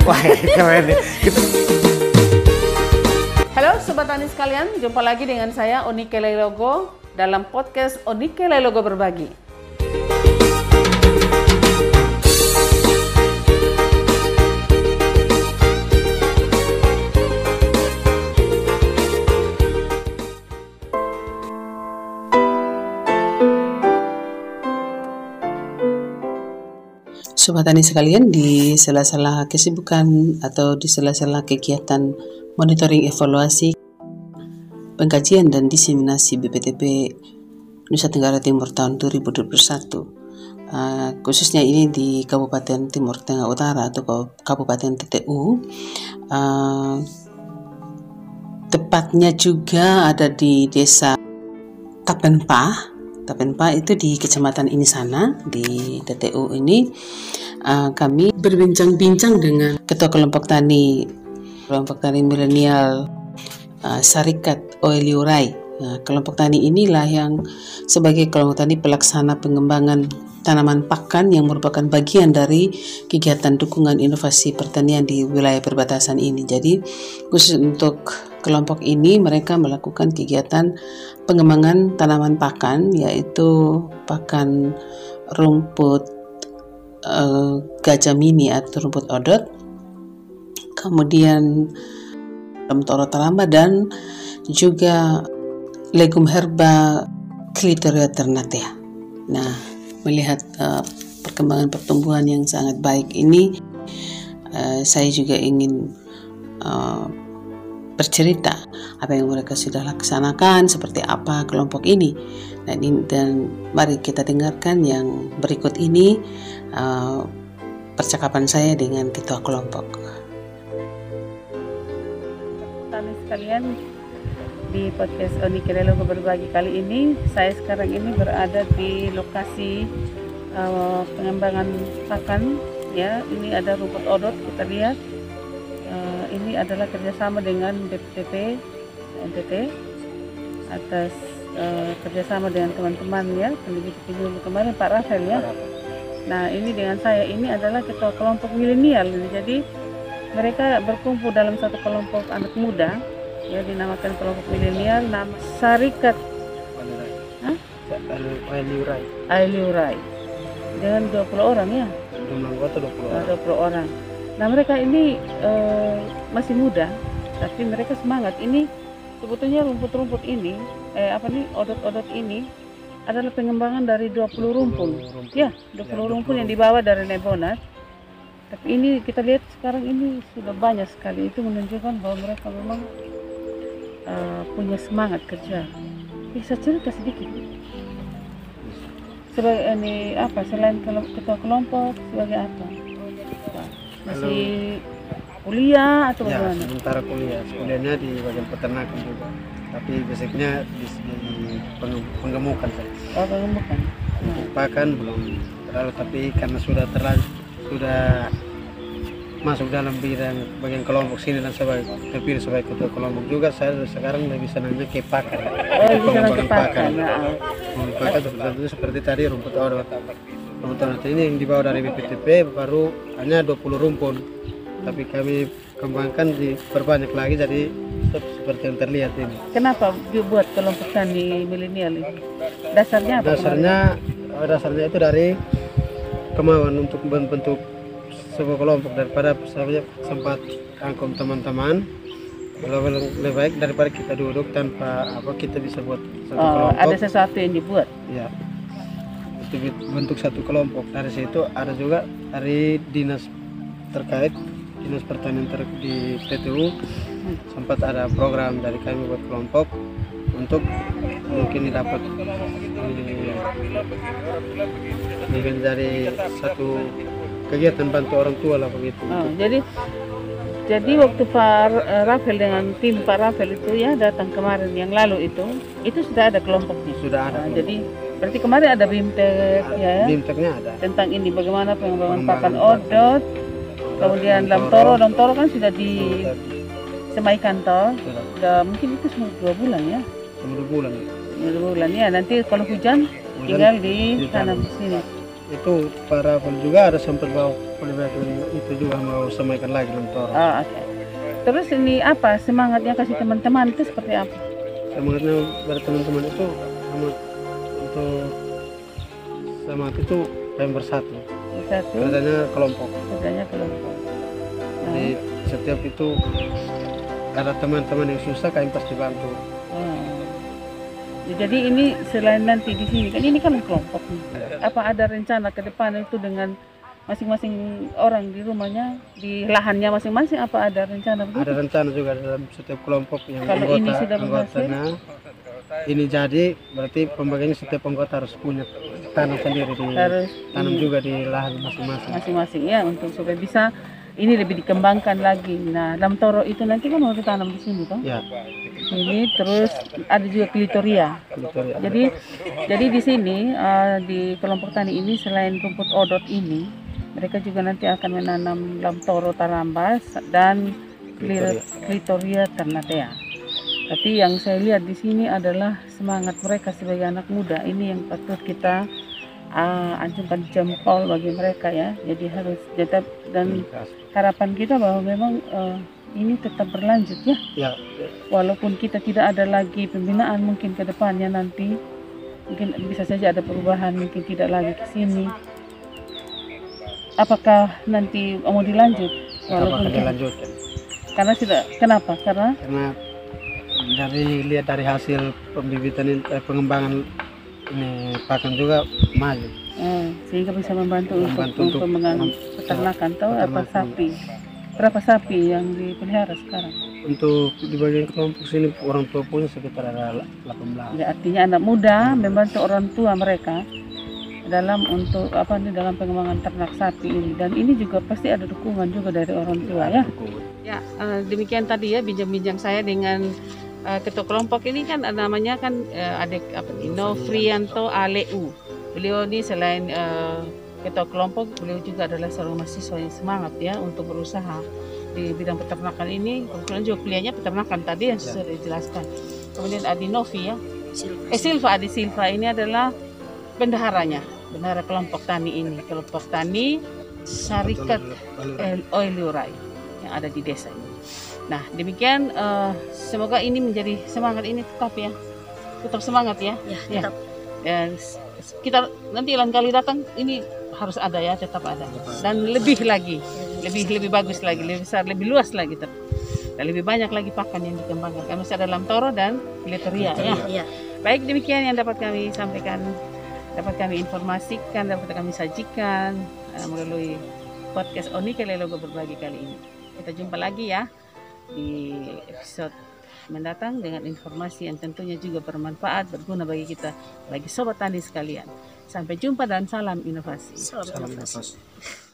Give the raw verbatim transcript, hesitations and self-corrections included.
Wah, keren nih. Kita... Halo Sobat Tani sekalian, jumpa lagi dengan saya Onike Leilogo dalam podcast Onike Leilogo Berbagi. Sobat Tani sekalian, di sela-sela kesibukan atau di sela-sela kegiatan monitoring evaluasi, pengkajian dan diseminasi B P T P Nusa Tenggara Timur tahun dua ribu dua puluh satu, uh, khususnya ini di Kabupaten Timur Tengah Utara atau Kabupaten T T U, uh, tepatnya juga ada di Desa Tapenpah. Tapenpah itu di Kecamatan ini sana di T T U ini. Uh, kami berbincang-bincang dengan Ketua Kelompok Tani Kelompok Tani Milenial uh, Sarikat Oeliurai. Nah, kelompok tani inilah yang sebagai kelompok tani pelaksana pengembangan tanaman pakan yang merupakan bagian dari kegiatan dukungan inovasi pertanian di wilayah perbatasan ini. Jadi khusus untuk kelompok ini mereka melakukan kegiatan pengembangan tanaman pakan, yaitu pakan rumput uh, gajah mini atau rumput odot, kemudian Toro Taramba dan juga legum herba Clitoria ternatea. Nah, melihat uh, perkembangan pertumbuhan yang sangat baik ini, uh, saya juga ingin uh, bercerita apa yang mereka sudah laksanakan, seperti apa kelompok ini. Dan, ini, dan mari kita dengarkan yang berikut ini, uh, percakapan saya dengan ketua kelompok. Tani sekalian, di podcast Onike Leilogo Berbagi kali ini, saya sekarang ini berada di lokasi uh, pengembangan pakan. Ya, ini ada rumput odot, kita lihat. Uh, ini adalah kerjasama dengan B P T P N T T atas uh, kerjasama dengan teman-teman ya, pendidik-pendidik kemarin Pak Rafael ya. Nah, ini dengan saya ini adalah ketua kelompok milenial. Jadi mereka berkumpul dalam satu kelompok anak muda, ya, dinamakan kelompok milenial, nama Sarikat Oeliurai. Oeliurai dengan dua puluh orang ya. Jumlah anggota dua puluh orang. dua puluh orang. Nah, mereka ini uh, masih muda, tapi mereka semangat. Ini sebetulnya rumput-rumput ini, eh apa nih, odot-odot ini adalah pengembangan dari dua puluh rumpun. Ya, dua puluh rumpun yang dibawa dari Nebonat. Tapi ini kita lihat sekarang ini sudah banyak sekali. Itu menunjukkan bahwa mereka memang uh, punya semangat kerja. Bisa cerita sedikit sebagai ini apa, selain ketua kelompok sebagai apa? Masih kuliah atau ya, bagaimana? Sementara kuliah, kuliahnya di bagian peternakan juga. Tapi basicnya di, di penggemukan saja. Oh, penggemukan. Untuk pakan belum terlalu, tapi karena sudah terlalu sudah masuk dalam bidang bagian kelompok sini dan sebagai terpilih sebagai ketua kelompok juga, saya sekarang lebih senangnya ke pakan. Oh, lebih senang ke pakan. Ya. Rumput pakan seperti, seperti tadi rumput odot. Rumput odot ini yang dibawa dari B P T P baru hanya dua puluh rumpun, tapi kami kembangkan diperbanyak lagi jadi seperti yang terlihat ini. Kenapa buat kelompok tani milenial ini? Dasarnya apa? Dasarnya kemarin? dasarnya itu dari kemauan untuk membentuk sebuah kelompok, daripada saya sempat rangkum teman-teman, lebih baik daripada kita duduk tanpa apa, kita bisa buat satu oh, kelompok. Ada sesuatu yang dibuat. Ya, itu bentuk satu kelompok. Dari situ ada juga dari dinas terkait, dinas pertanian ter di T T U, hmm. sempat ada program dari kami buat kelompok untuk mungkin dapat mungkin dari satu kegiatan bantu orang tua lah begitu. Oh, jadi jadi waktu Pak Rafael dengan tim Pak Rafael itu ya datang kemarin yang lalu itu, itu sudah ada kelompoknya. Sudah ada. Nah, jadi berarti kemarin ada BIMTEK ya. BIMTEKnya ada. Tentang ini bagaimana pengembangan pakan odot, kemudian Lamtoro, Lamtoro kan sudah disemaikan toh. Sudah. Sudah mungkin itu cuma dua bulan ya. Cuma dua bulan. Dua bulan ya. Nanti kalau hujan tinggal di tanam di sini. itu para pol juga ada sempat bawa polibakan itu juga mau semaikan lagi Lamtoro. Oh, oke. Terus ini apa semangatnya kasih teman-teman itu seperti apa? Semangatnya dari teman-teman itu semangat untuk semangat itu pengen bersatu. Satu, Kerjanya kelompok. kerjanya kelompok. Jadi setiap itu ada teman-teman yang susah kalian pasti bantu. Oh. Jadi ini selain nanti di sini kan ini kan kelompok nih. Apa ada rencana ke depan itu dengan masing-masing orang di rumahnya, di lahannya masing-masing, apa ada rencana begitu? Ada rencana juga dalam setiap kelompok yang Kalau anggota ini sudah berhasil? anggotanya ini jadi berarti pembagiannya setiap anggota harus punya tanam sendiri di Harus tanam di- juga di lahan masing-masing. masing-masing ya untuk supaya bisa ini lebih dikembangkan lagi. Nah, Lamtoro itu nanti kan mau ditanam di sini toh. Ya, Ini terus ada juga klitoria. gitu ya. Jadi jadi di sini eh, di kelompok tani ini selain rumput odot ini, mereka juga nanti akan menanam Lamtoro tarambas dan Clir- klitoria ternatea. Tapi yang saya lihat di sini adalah semangat mereka sebagai anak muda. Ini yang patut kita uh, acungkan jempol bagi mereka ya. Jadi harus tetap dan harapan kita bahwa memang uh, ini tetap berlanjut ya. Ya, Walaupun kita tidak ada lagi pembinaan mungkin ke depannya nanti mungkin bisa saja ada perubahan, mungkin tidak lagi ke sini. Apakah nanti mau dilanjut? apakah kita- dilanjutkan? karena sudah kenapa? Karena Karena dari lihat dari hasil pembibitan ini, eh, pengembangan ini pakan juga maju. eh, sehingga bisa membantu, Membantu untuk untuk pengembangan mem- peternakan atau apa peternakan. sapi. Berapa sapi yang dipelihara sekarang? Untuk di bagian kelompok sini orang tua punya sekitar ada delapan belas. Ya, artinya anak muda membantu orang tua mereka dalam untuk apa nih dalam pengembangan ternak sapi ini, dan ini juga pasti ada dukungan juga dari orang tua ya. Ya, eh, demikian tadi ya bincang-bincang saya dengan eh, ketua kelompok ini kan eh, namanya kan eh, adik apa nih, Nofrianto Aleu. Beliau ini selain eh, ketua kelompok, beliau juga adalah seorang mahasiswa yang semangat ya untuk berusaha di bidang peternakan ini. Kebetulan juga kuliahnya peternakan tadi yang sudah dijelaskan. Kemudian Adi Novi ya, eh Silva Adi Silva ini adalah bendaharanya, bendahara kelompok tani ini, kelompok tani Syarikat El Oilurai yang ada di desa ini. Nah demikian, eh, semoga ini menjadi semangat ini tetap ya, tetap semangat ya. Ya, Ya. tetap. Dan s- kita nanti lain kali datang ini harus ada ya, tetap ada, dan lebih lagi, lebih lebih bagus lagi, lebih besar, lebih luas lagi, ter- dan lebih banyak lagi pakan yang dikembangkan. Kan masih ada Lamtoro dan klitoria ya. Iya. Baik, demikian yang dapat kami sampaikan, dapat kami informasikan, dapat kami sajikan uh, melalui podcast Oni Kelelo Berbagi kali ini. Kita jumpa lagi ya di episode mendatang dengan informasi yang tentunya juga bermanfaat, berguna bagi kita, bagi sobat tani sekalian. Sampai jumpa dan salam inovasi. Salam Salam inovasi. inovasi.